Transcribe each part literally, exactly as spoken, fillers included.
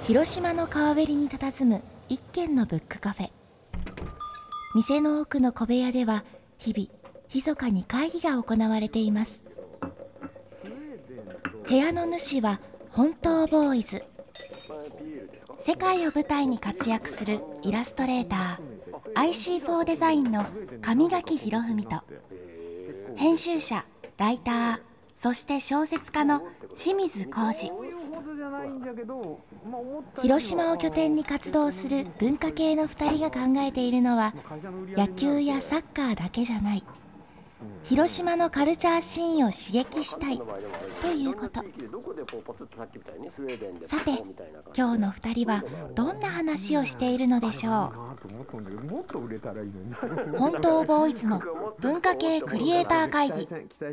広島の川べりに佇む一軒のブックカフェ。店の奥の小部屋では日々密かに会議が行われています。部屋の主は本当ボーイズ。世界を舞台に活躍するイラストレーター アイシーフォー デザインの上垣博文と、編集者、ライター、そして小説家の清水浩二。広島を拠点に活動する文化系のふたりが考えているのは、野球やサッカーだけじゃない、広島のカルチャーシーンを刺激したいということ。さて、今日のふたりはどんな話をしているのでしょう。本当ボーイズの文化系クリエイター会議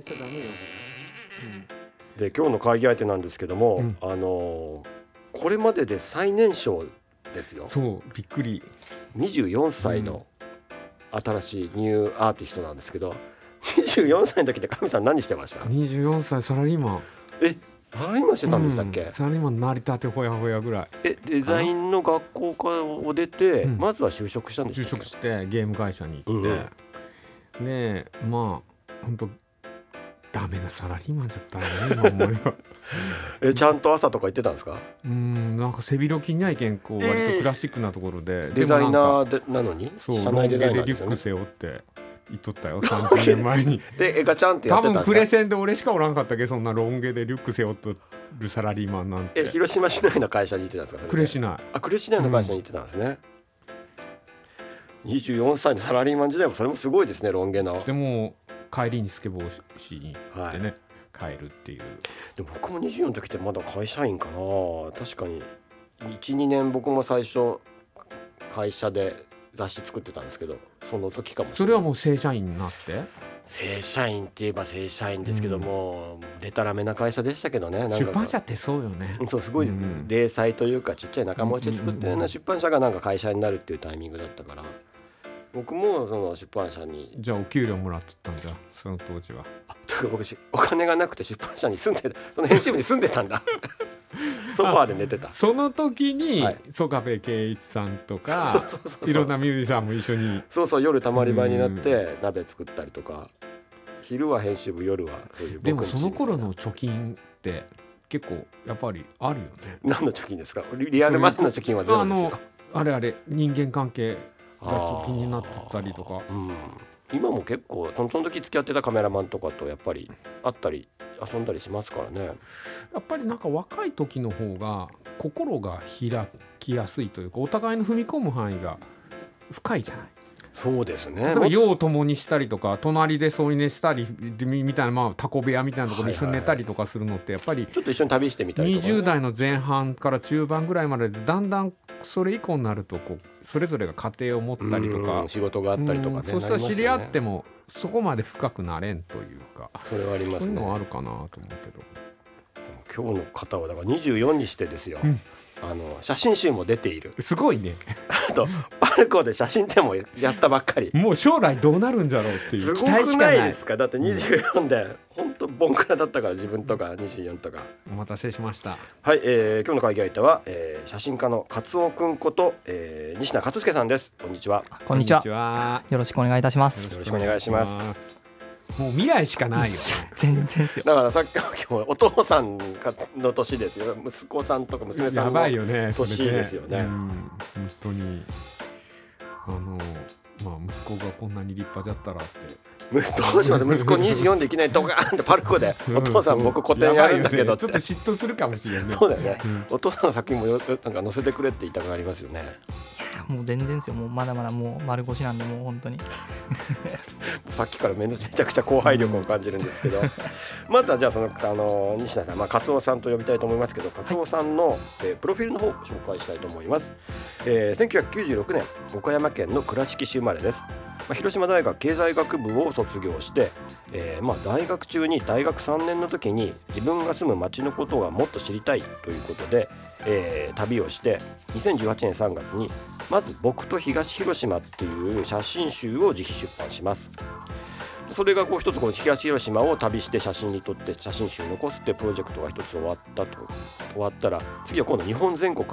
で、今日の会議相手なんですけども、うん、あのこれまでで最年少ですよ。 そう、びっくり。 にじゅうよんさいの新しいニューアーティストなんですけど、にじゅうよんさいの時って神さん何してました？ にじゅうよんさいサラリーマン。 え、サラリーマンしてたんでしたっけ？ うん、サラリーマン成り立てほやほやぐらい。 え、デザインの学校からを出て、うん、まずは就職したんですか？ 就職してゲーム会社に行って、うん、でまあ本当ダメなサラリーマンだったね今思えばえ、ちゃんと朝とか行ってたんですか？ うーん、なんか背広着にないけんこう割とクラシックなところで、えー、デザイナーでなのにそうロン毛でリュック背負って行っとったよさんじゅうねんまえにで、エガちゃんってやってたんですか？ 多分プレゼンで俺しかおらんかったけど、そんなロン毛でリュック背負っとるサラリーマンなんて。 え、広島市内の会社に行ってたんですか？ 呉市内。 あ、呉市内の会社に行ってたんですね、うん、にじゅうよんさいのサラリーマン時代もそれもすごいですね、ロン毛の。 でも帰りにスケボーしに行ってね、はい、帰るっていう。 でも僕もにじゅうよんの時ってまだ会社員かな。確かに いち,に 年僕も最初会社で雑誌作ってたんですけど、その時かもしれない。 それはもう正社員になって？ 正社員って言えば正社員ですけども、うん、でたらめな会社でしたけどね。なんか出版社ってそうよね。 そう、すごい零細というかちっちゃい仲間内で作ってるような出版社がなんか会社になるっていうタイミングだったから、僕もその出版社に。 じゃあお給料もらっとったんじゃ、その当時は。 あ、僕お金がなくて出版社に住んでた、その編集部に住んでたんだソファーで寝てた。 その時に、はい、曽我部圭一さんとかそうそうそうそう、いろんなミュージシャンも一緒に。 そうそう、夜たまり場になって鍋作ったりとか、昼は編集部、夜はそういう。 でもその頃の貯金って結構やっぱりあるよね。 何の貯金ですか？リアルマネーの貯金はゼロですよ。 あれあれ人間関係が貯金になってたりとか、 うん、今も結構その時付き合ってたカメラマンとかとやっぱり会ったり遊んだりしますからね。 やっぱりなんか若い時の方が心が開きやすいというか、お互いの踏み込む範囲が深いじゃない。 そうですね。 例えば夜を共にしたりとか、隣で添い寝したりみたいな、まあタコ部屋みたいなところで一緒に寝たりとかするのって、やっぱりちょっと一緒に旅してみたりとか、ね、 にじゅう代の前半から中盤ぐらいまでで、だんだんそれ以降になるとこうそれぞれが家庭を持ったりとか、 仕事があったりとかね。 そうしたら知り合ってもそこまで深くなれんというか、 それはありますね。 そういうのはあるかなと思うけど、 今日の方はだからにじゅうよんにしてですよ、うん、あの写真集も出ている。 すごいね。 あとパルコで写真展もやったばっかり。 もう将来どうなるんじゃろうっていう期待しかない。 すごくないですか？だってにじゅうよんで本当ボンクラだったから、自分とかにじゅうよんとか。 お待たせしました。 はい、えー、今日の会議相手は、えー、写真家の勝尾くんこと、えー、西名勝介さんです。こんにちは。 こんにちは。よろしくお願いいたします。 よろしくお願いします。 もう未来しかないよね。 全然ですよ。 だからさっきもお父さんの年ですよ。息子さんとか娘さんの年ですよね。 やばいよね。うん、本当にあの、まあ、息子がこんなに立派だったらって。 どうします？息子にじゅうよんでいきなりドカーンってパルコでお父さん僕個展やるんだけどって、 ね、ちょっと嫉妬するかもしれない。 そうだよね、うん、お父さんの作品もよなんか載せてくれって言いたくなりますよね。 いやもう全然ですよ。もうまだまだもう丸腰なんで、もう本当にさっきからめちゃくちゃ後輩力を感じるんですけどまたじゃあそのあの西田さん、まあ、勝尾さんと呼びたいと思いますけど、勝尾さんの、えー、プロフィールの方を紹介したいと思います。えー、せんきゅうひゃくきゅうじゅうろくねん岡山県の倉敷市生まれです。まあ、広島大学経済学部を卒業して、えーまあ、大学中に大学さんねんの時に自分が住む町のことがもっと知りたいということで、えー、旅をしてにせんじゅうはちねんさんがつにまず僕と東広島っていう写真集を自費出版します。それがこう一つこの東広島を旅して写真に撮って写真集を残すっていうプロジェクトが一つ終わったと終わったら、次は今度日本全国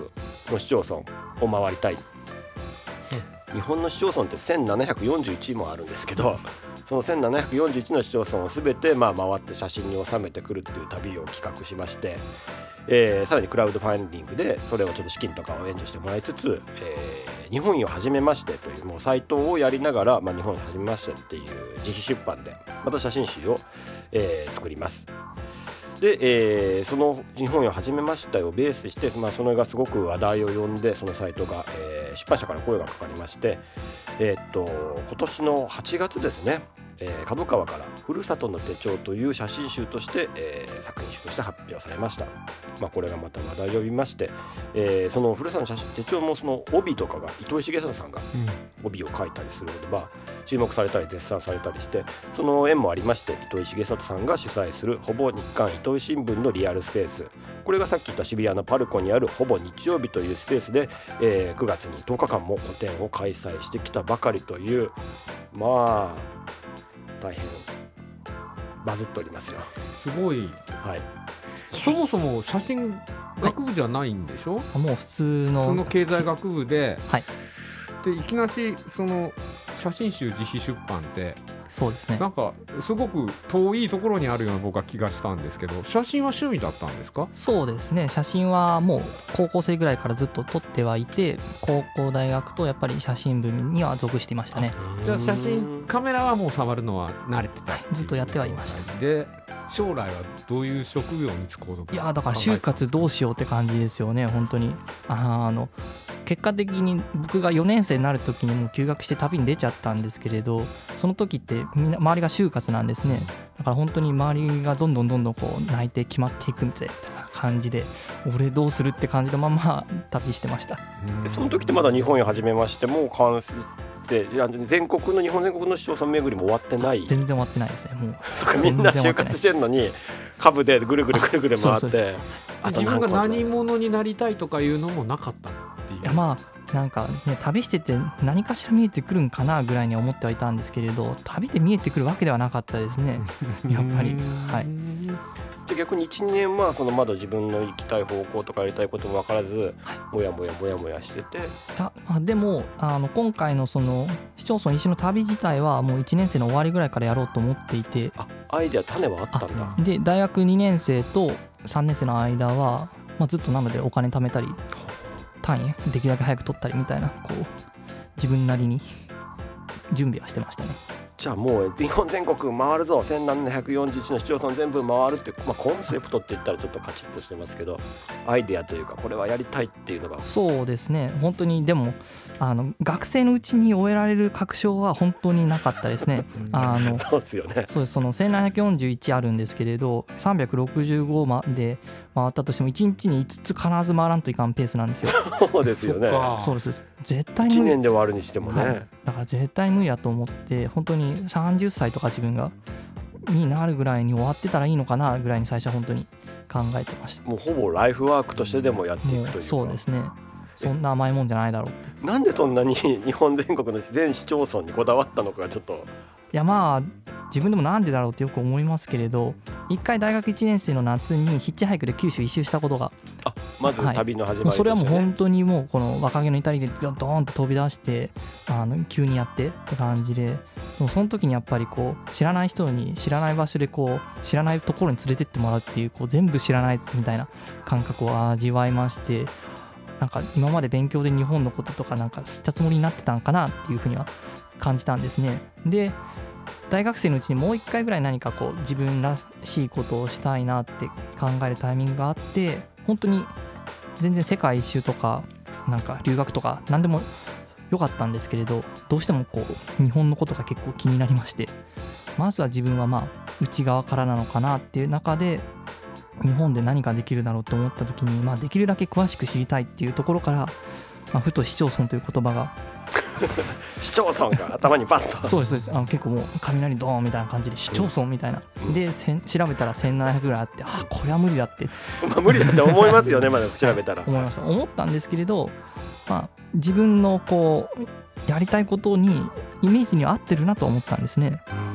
の市町村を回りたい、日本の市町村ってせんななひゃくよんじゅういちもあるんですけど、そのせんななひゃくよんじゅういちの市町村を全てまあ回って写真に収めてくるっていう旅を企画しまして、えー、さらにクラウドファンディングでそれをちょっと資金とかを援助してもらいつつ、えー、日本よはじめましてというもうサイトをやりながら、まあ、日本よはじめましてっていう自費出版でまた写真集を、えー、作ります。で、えー、その日本よはじめましてをベースして、まあ、それがすごく話題を呼んで、そのサイトが、えー、出版社から声がかかりまして、えー、っと今年のはちがつですね、えー、角川からふるさとの手帳という写真集として、えー、作品集として発表されました。まあ、これがまた話題を呼びまして、えー、そのふるさとの写真手帳もその帯とかが糸井重里さんが帯を書いたりするので、まあ、注目されたり絶賛されたりして、その縁もありまして糸井重里さんが主催するほぼ日刊糸井新聞のリアルスペース、これがさっき言った渋谷のパルコにあるほぼ日曜日というスペースで、えー、くがつにとおかかんも個展を開催してきたばかりという、まあ大変バズっておりますよ。 すごい、 はい、 そもそも写真学部じゃないんでしょ、 はい、もう普通の普通の経済学部で、 はい、 でいきなしその写真集自費出版ってそうですね、 なんかすごく遠いところにあるような僕は気がしたんですけど、写真は趣味だったんですか？ そうですね、写真はもう高校生ぐらいからずっと撮ってはいて、高校大学とやっぱり写真部には属していましたね。 じゃあ写真カメラはもう触るのは慣れてた、 ずっとやってはいました。 で将来はどういう職業に就こうとか？ いやだから就活どうしようって感じですよね本当に。あの結果的に僕がよねん生になる時にもう休学して旅に出ちゃったんですけれど、その時ってみんな周りが就活なんですね。だから本当に周りがどんどんどんどんこう泣いて決まっていくみたいな感じで、俺どうするって感じのまま旅してました。 その時ってまだ日本よはじめましても完成全国の日本全国の市町村巡りも終わってない？ 全然終わってないですね。もうそかみんな就活してるのに株でぐるぐるぐるぐる回って自分が何者になりたいとかいうのもなかったっていう。 いやまあなんかね、旅してて何かしら見えてくるんかなぐらいに思ってはいたんですけれど、旅で見えてくるわけではなかったですねやっぱり。はい、 で逆に いちにねんはそのまだ自分の行きたい方向とかやりたいことも分からず、はい、もやもやもやもやしてて、 あ、まあ、でもあの今回のその市町村一周の旅自体はもういちねん生の終わりぐらいからやろうと思っていて、 あ、アイデア種はあったんだ。 で大学にねん生とさんねん生の間は、まあ、ずっとなのでお金貯めたり単位できるだけ早く取ったりみたいな、こう自分なりに準備はしてましたね。 じゃあもう日本全国回るぞ、せんななひゃくよんじゅういちの市町村全部回るっていう、まあ、コンセプトって言ったらちょっとカチッとしてますけど、アイデアというかこれはやりたいっていうのが。そうですね、本当に。でもあの学生のうちに終えられる確証は本当になかったですねあのそうですよね。 そうです。そのせんななひゃくよんじゅういちあるんですけれど、さんびゃくろくじゅうごまで回ったとしてもいちにちにいつつ必ず回らんといかんペースなんですよ。 そうですよね。 そうです。絶対にいちねんで終わるにしてもね、はい、 だから絶対無理だと思って、本当にさんじゅっさいとか自分がになるぐらいに終わってたらいいのかなぐらいに最初は本当に考えてました。 もうほぼライフワークとしてでもやっていくというか。 そうですね、そんな甘いもんじゃないだろうって。 なんでそんなに日本全国の全市町村にこだわったのかがちょっと。 いやまあ自分でもなんでだろうってよく思いますけれど、一回大学いちねん生の夏にヒッチハイクで九州一周したことが、 あ、まず旅の始まりですね、はい、 それはもう本当にもうこの若気の至りでドーンと飛び出して、あの急にやってって感じで、でもその時にやっぱりこう知らない人に知らない場所でこう知らないところに連れてってもらうっていう、こう全部知らないみたいな感覚を味わいまして、なんか今まで勉強で日本のこととかなんか知ったつもりになってたんかなっていうふうには感じたんですね。で大学生のうちにもう一回ぐらい何かこう自分らしいことをしたいなって考えるタイミングがあって、本当に全然世界一周とかなんか留学とか何でもよかったんですけれど、どうしてもこう日本のことが結構気になりまして、まずは自分はまあ内側からなのかなっていう中で、日本で何ができるだろうと思った時に、まあできるだけ詳しく知りたいっていうところから、まあ、ふと市町村という言葉が市町村が頭にバッとそうですそうです。あの結構もう雷ドーンみたいな感じで市町村みたいな、うん、で調べたらせんななひゃくぐらいあって、あこれは無理だってまあ無理だって思いますよねまだ調べたら思いました思ったんですけれど、まあ、自分のこうやりたいことにイメージに合ってるなと思ったんですね。 うーん、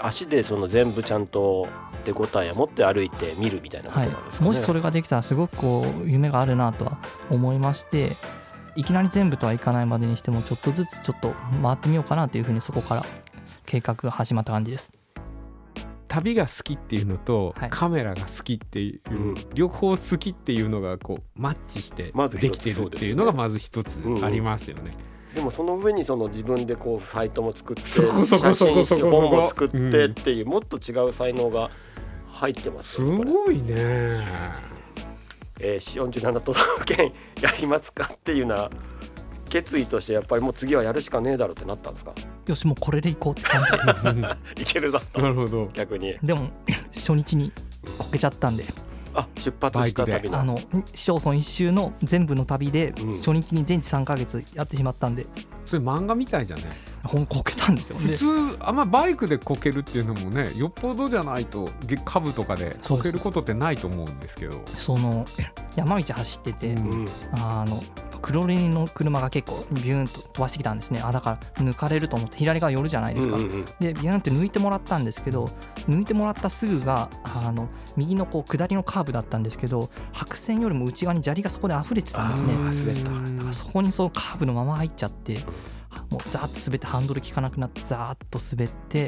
足でその全部ちゃんと手応えを持って歩いて見るみたいなことなんですかね、 はい、もしそれができたらすごくこう夢があるなとは思いまして、いきなり全部とはいかないまでにしてもちょっとずつちょっと回ってみようかなというふうにそこから計画が始まった感じです。 旅が好きっていうのと、 はい、 カメラが好きっていう、 うん、 両方好きっていうのがこうマッチしてまずできてるっていうのがまず一つありますよね。 うんうん、でもその上にその自分でこうサイトも作ってそこそこ写そこ真そこ本も作ってっていう、うん、もっと違う才能が入ってます。 すごいね。 えー、よんじゅうなな都道府県やりますかっていうな決意としてやっぱりもう次はやるしかねえだろうってなったんですか？ よしもうこれでいこうって感じいけるぞと。 なるほど。 逆にでも初日にこけちゃったんで、 あ出発した旅のあの市町村一周の全部の旅で、 うん、 初日に全治さんかげつやってしまったんで、 それ漫画みたいじゃね。 ほんこけたんですよ。 普通あんまバイクでこけるっていうのもね、よっぽどじゃないとカブとかでこけることってないと思うんですけど、 その山道走ってて、 うん、 あの黒レンの車が結構ビューンと飛ばしてきたんですね。あだから抜かれると思って左側寄るじゃないですか、 うんうんうん、 でビューンって抜いてもらったんですけど、抜いてもらったすぐがあの右のこう下りのカーブだったんですけど、白線よりも内側に砂利がそこで溢れてたんですね。 滑った。 だからそこにそのカーブのまま入っちゃって、もうザーッと滑ってハンドル効かなくなってザーッと滑って、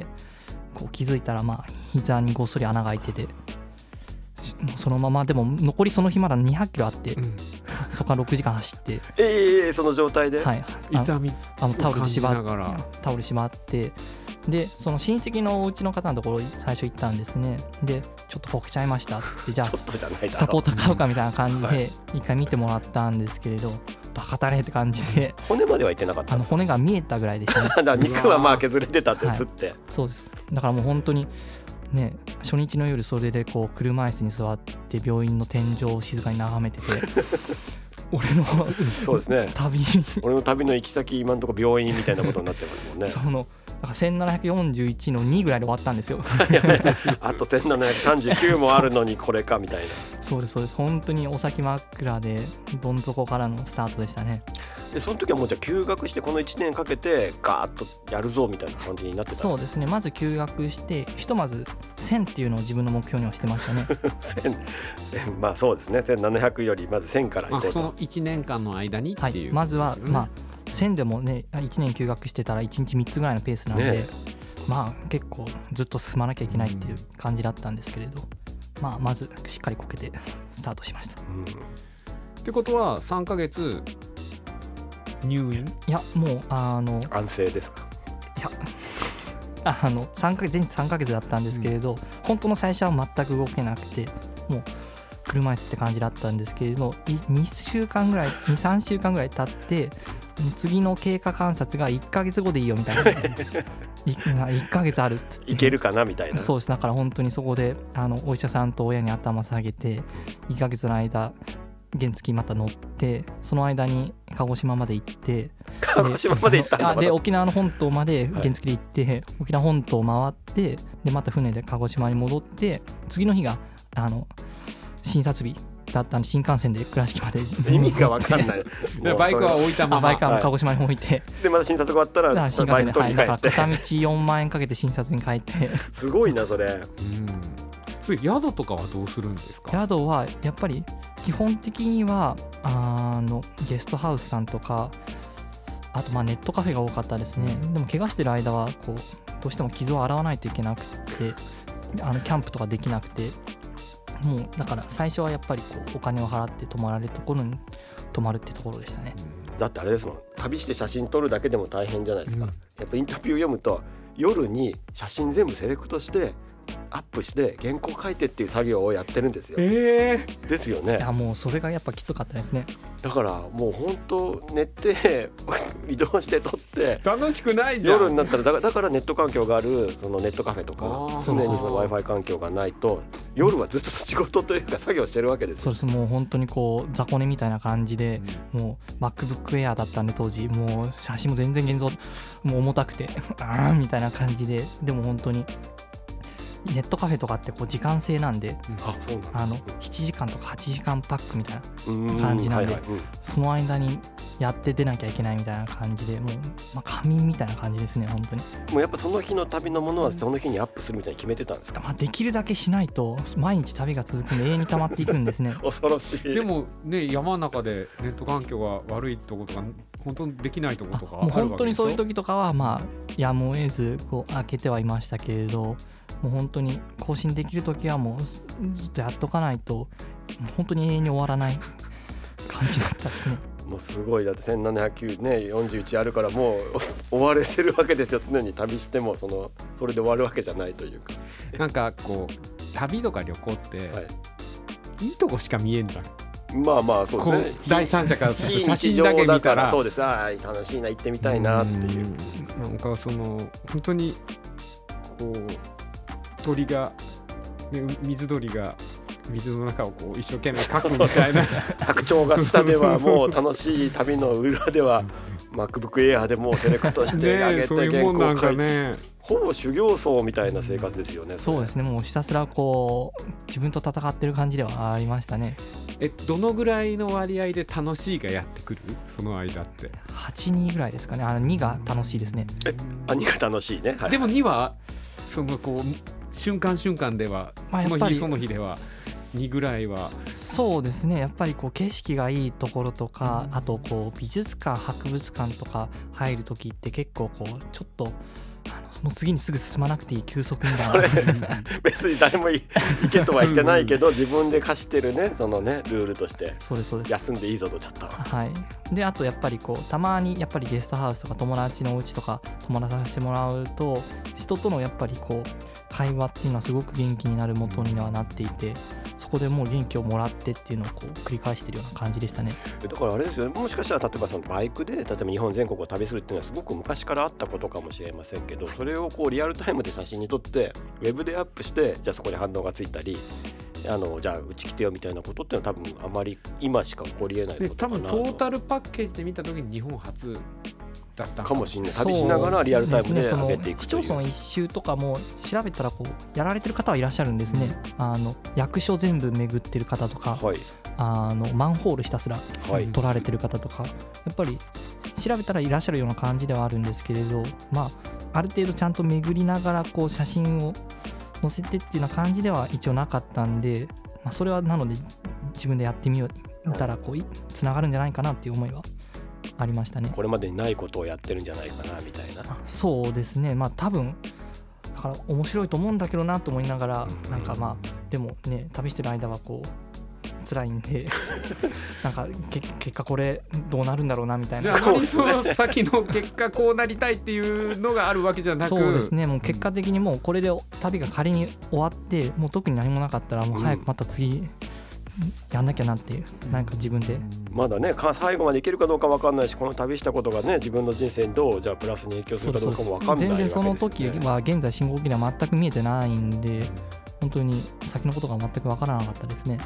こう気づいたらまあ膝にごっそり穴が開いてて、もうそのままでも残りその日まだにひゃっキロあって、うん、そこからろくじかん走って、 えー、その状態で、 はい、 痛みあのタオルで縛ながらタオル縛って、でその親戚のお家の方のところに最初行ったんですね。でちょっとこけちゃいましたっつって、じゃあサポーター買うかみたいな感じで一回見てもらったんですけれど、バカたれって感じで骨まではいってなかった。 あの骨が見えたぐらいでしたね。 だから肉はまあ削れてたってすって、はい、 そうです。だからもう本当にね、初日の夜それでこう車椅子に座って病院の天井を静かに眺めてて俺のそうですね、 旅俺の旅の行き先今のところ病院みたいなことになってますもんね。 そのだからせんななひゃくよんじゅういちのにぐらいで終わったんですよあとせんななひゃくさんじゅうきゅうもあるのにこれかみたいな。 そうですそうです。本当にお先真っ暗でどん底からのスタートでしたね。 でその時はもうじゃあ休学してこのいちねんかけてガーッとやるぞみたいな感じになってた。 そうですね、まず休学してひとまずせんっていうのを自分の目標にはしてましたねせんまあそうですね、せんななひゃくよりまずせんからいこうと、 まあ、そのいちねんかんの間にっていう、 はい、まずは、まあ、せんでもねいちねん休学してたらいちにちみっつぐらいのペースなんで、ね、まあ結構ずっと進まなきゃいけないっていう感じだったんですけれど、まあ、まずしっかりこけてスタートしました、うん、 ってことはさんかげつ入院？ いやもうあの安静ですか？ いやあのさんかげつ全治さんかげつだったんですけれど、うん、本当の最初は全く動けなくてもう車椅子って感じだったんですけれど、にしゅうかんぐらいにさんしゅうかんぐらい経って次の経過観察がいっかげつごでいいよみたいないっかげつあるっつっていけるかなみたいな。 そうです。だから本当にそこであのお医者さんと親に頭下げていっかげつの間原付また乗って、その間に鹿児島まで行って、 鹿児島まで行ったんだ。 で沖縄の本島まで原付で行って、はい、沖縄本島を回ってでまた船で鹿児島に戻って、次の日があの診察日だったんで新幹線で倉敷まで意味が分かんないバイクは置いたままバイクは鹿児島に置いて、はい、 でまた診察終わったら新幹線で、はい、だから片道よんまんえんかけて診察に帰ってすごいなそれ。うん、 それ宿とかはどうするんですか？ 宿はやっぱり基本的にはあのゲストハウスさんとか、あとまあネットカフェが多かったですね。でも怪我してる間はこうどうしても傷を洗わないといけなくて、あのキャンプとかできなくて、もうだから最初はやっぱりこうお金を払って泊まられるところに泊まるってところでしたね。 だってあれですもん、旅して写真撮るだけでも大変じゃないですか、うん、やっぱインタビュー読むと夜に写真全部セレクトしてアップして原稿書いてっていう作業をやってるんですよ。 えー、 ですよね。 いやもうそれがやっぱきつかったですね。 だからもう本当寝て移動して撮って楽しくないじゃん。 夜になったらだから、だからネット環境があるそのネットカフェとか常にその Wi-Fi 環境がないと夜はずっと仕事というか作業してるわけですよ。 そうです。もう本当にこう雑魚寝みたいな感じで、うん、もう MacBook Air だったんで当時もう写真も全然現像もう重たくてあーみたいな感じで、でも本当にネットカフェとかってこう時間制なんで、 あ、そうなんだ。 あのしちじかんとかはちじかんパックみたいな感じなんで、その間にやって出なきゃいけないみたいな感じで、もう、まあ、仮眠みたいな感じですね本当に。 もうやっぱその日の旅のものはその日にアップするみたいに決めてたんですか？ まあ、できるだけしないと毎日旅が続くんで永遠に溜まっていくんですね恐ろしい。 でもね、山の中でネット環境が悪いとことか本当にできないとことかあるわけでしょ。 もう本当にそういう時とかはまあやむを得ずこう開けてはいましたけれど、もう本当に更新できる時はもうずっとやっとかないと本当に永遠に終わらない感じだったですねもうすごい、だってせんななひゃくきゅうねよんじゅういちあるからもう追われてるわけですよ。常に旅してもそのそれで終わるわけじゃないというか、 なんかこう旅とか旅行って、 はい、 いいとこしか見えんじゃん。 まあまあそうですね。 第三者から非写真だけ見たらそうです、あ楽しいな行ってみたいなっていう。 うん、なんかその本当にこう鳥が、ね、水鳥が水の中をこう一生懸命描くみたいな白鳥が下ではもう楽しい旅の裏ではMacBook Air でもうセレクトしてあげてそういうもんなんかね、 ほぼ修行僧みたいな生活ですよね。 そうですね、もうひたすらこう自分と戦ってる感じではありましたね。 えどのぐらいの割合で楽しいがやってくる？その間ってはちにぐらいですかね。あのにが楽しいですね。 えあにが楽しいね、はい、 でもにはそのこう瞬間瞬間では、まあ、その日その日ではにぐらいはそうですね。やっぱりこう景色がいいところとか、あとこう美術館博物館とか入るときって結構こうちょっとあのもう次にすぐ進まなくていい休息みたいなそれ別に誰も行けとは言ってないけど自分で課してるねそのねルールとしてそうですそうです休んでいいぞとちょっとはい。であとやっぱりこうたまにやっぱりゲストハウスとか友達のお家とか泊まらさせてもらうと人とのやっぱりこう会話っていうのはすごく元気になる元にはなっていて、そこでもう元気をもらってっていうのをこう繰り返しているような感じでしたね。 だからあれですよね、もしかしたら例えばそのバイクで例えば日本全国を旅するっていうのはすごく昔からあったことかもしれませんけど、それをこうリアルタイムで写真に撮ってウェブでアップしてじゃあそこに反応がついたりあのじゃあうち来てよみたいなことっていうのは多分あまり今しか起こりえないことかなと。 多分トータルパッケージで見た時に日本初だったかもしれない。旅しながらリアルタイムで上げていくという。 市町村一周とかも調べたらこうやられてる方はいらっしゃるんですね。あの役所全部巡ってる方とか、 はい、 あのマンホールひたすら取られてる方とか、はい、やっぱり調べたらいらっしゃるような感じではあるんですけれど、まあある程度ちゃんと巡りながらこう写真を載せてっていうような感じでは一応なかったんで、まあ、それはなので自分でやってみよう見たらこうつながるんじゃないかなっていう思いはありましたね。 これまでにないことをやってるんじゃないかなみたいな。 そうですね、まあ多分だから面白いと思うんだけどなと思いながら、うん、なんかまあでもね旅してる間はこう辛いんでなんかけ結果これどうなるんだろうなみたいな。 じゃああまりその先の結果こうなりたいっていうのがあるわけじゃなくそうですね、もう結果的にもうこれで旅が仮に終わってもう特に何もなかったらもう早くまた次、うんやんなきゃなっていうなんか自分でまだね最後までいけるかどうか分かんないし、この旅したことがね自分の人生にどうじゃあプラスに影響するかどうかも分かんないわけですよね。 全然その時は現在進行形では全く見えてないんで本当に先のことが全く分からなかったですね。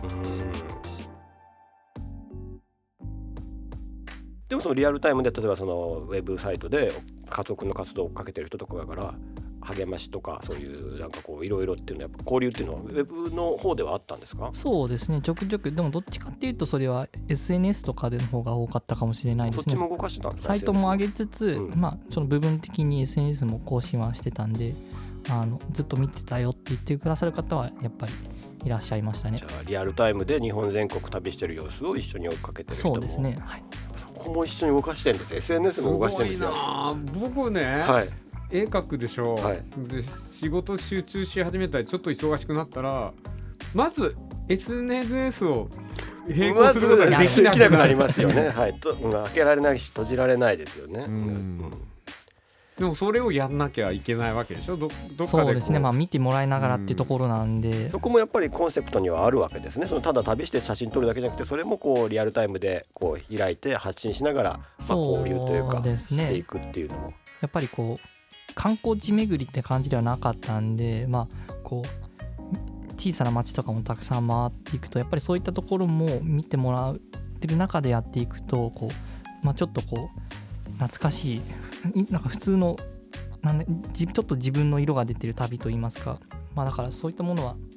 でもそのリアルタイムで例えばそのウェブサイトで家族の活動を追っかけてる人とかだから励ましとかそういうなんかこういろいろっていうのはやっぱ交流っていうのはウェブの方ではあったんですか？ そうですね、ちょくちょくでもどっちかっていうとそれは エスエヌエス とかでの方が多かったかもしれないですね。 そっちも動かしてたんですか？ サイトも上げつつ、うん、まあその部分的に エスエヌエス も更新はしてたんであのずっと見てたよって言ってくださる方はやっぱりいらっしゃいましたね。 じゃあリアルタイムで日本全国旅してる様子を一緒に追っかけてる人もそうですね、はい、 そこも一緒に動かしてるんです。 エスエヌエス も動かしてるんですよ。 すごいな僕ね、はい、絵描くでしょ、はい、で仕事集中し始めたりちょっと忙しくなったらまず エスエヌエス を並行することができなくなりますよねはい、と開けられないし閉じられないですよね。うん、 うんでもそれをやんなきゃいけないわけでしょ。 ど, どっかでそうですね、まあ、見てもらいながらっていうところなんで、 うん、そこもやっぱりコンセプトにはあるわけですね。そのただ旅して写真撮るだけじゃなくてそれもこうリアルタイムでこう開いて発信しながら、まあ、交流というかしていくっていうのもやっぱりこう観光地巡りって感じではなかったんで、まあこう小さな町とかもたくさん回っていくとやっぱりそういったところも見てもらってる中でやっていくとこう、まあ、ちょっとこう懐かしいなんか普通のなんでちょっと自分の色が出てる旅といいますか、まあ、だからそういったものは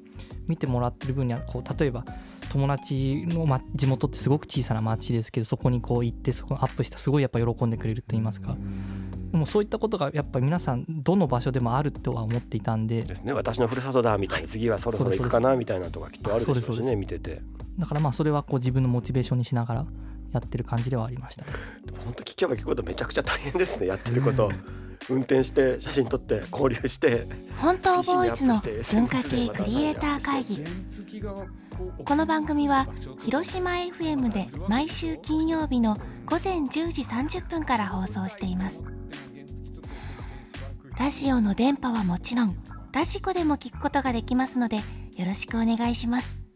見てもらってる分にはこう例えば友達の、ま、地元ってすごく小さな町ですけど、そこにこう行ってそこアップしたらすごいやっぱ喜んでくれると言いますか、でもそういったことがやっぱり皆さんどの場所でもあるとは思っていたんでですね、私のふるさとだみたいな、次はそろそろ行くかなみたいなとかきっとあるでしょうしね、見てて。 だからまあそれはこう自分のモチベーションにしながらやってる感じではありました。 でも本当聞けば聞くほどめちゃくちゃ大変ですね、やってること。運転して写真撮って交流して本当ボーイズの文化系クリエイター会議。この番組は広島 エフエム で毎週金曜日のごぜんじゅうじさんじゅっぷんから放送しています。ラジオの電波はもちろんラジコでも聞くことができますので、よろしくお願いします。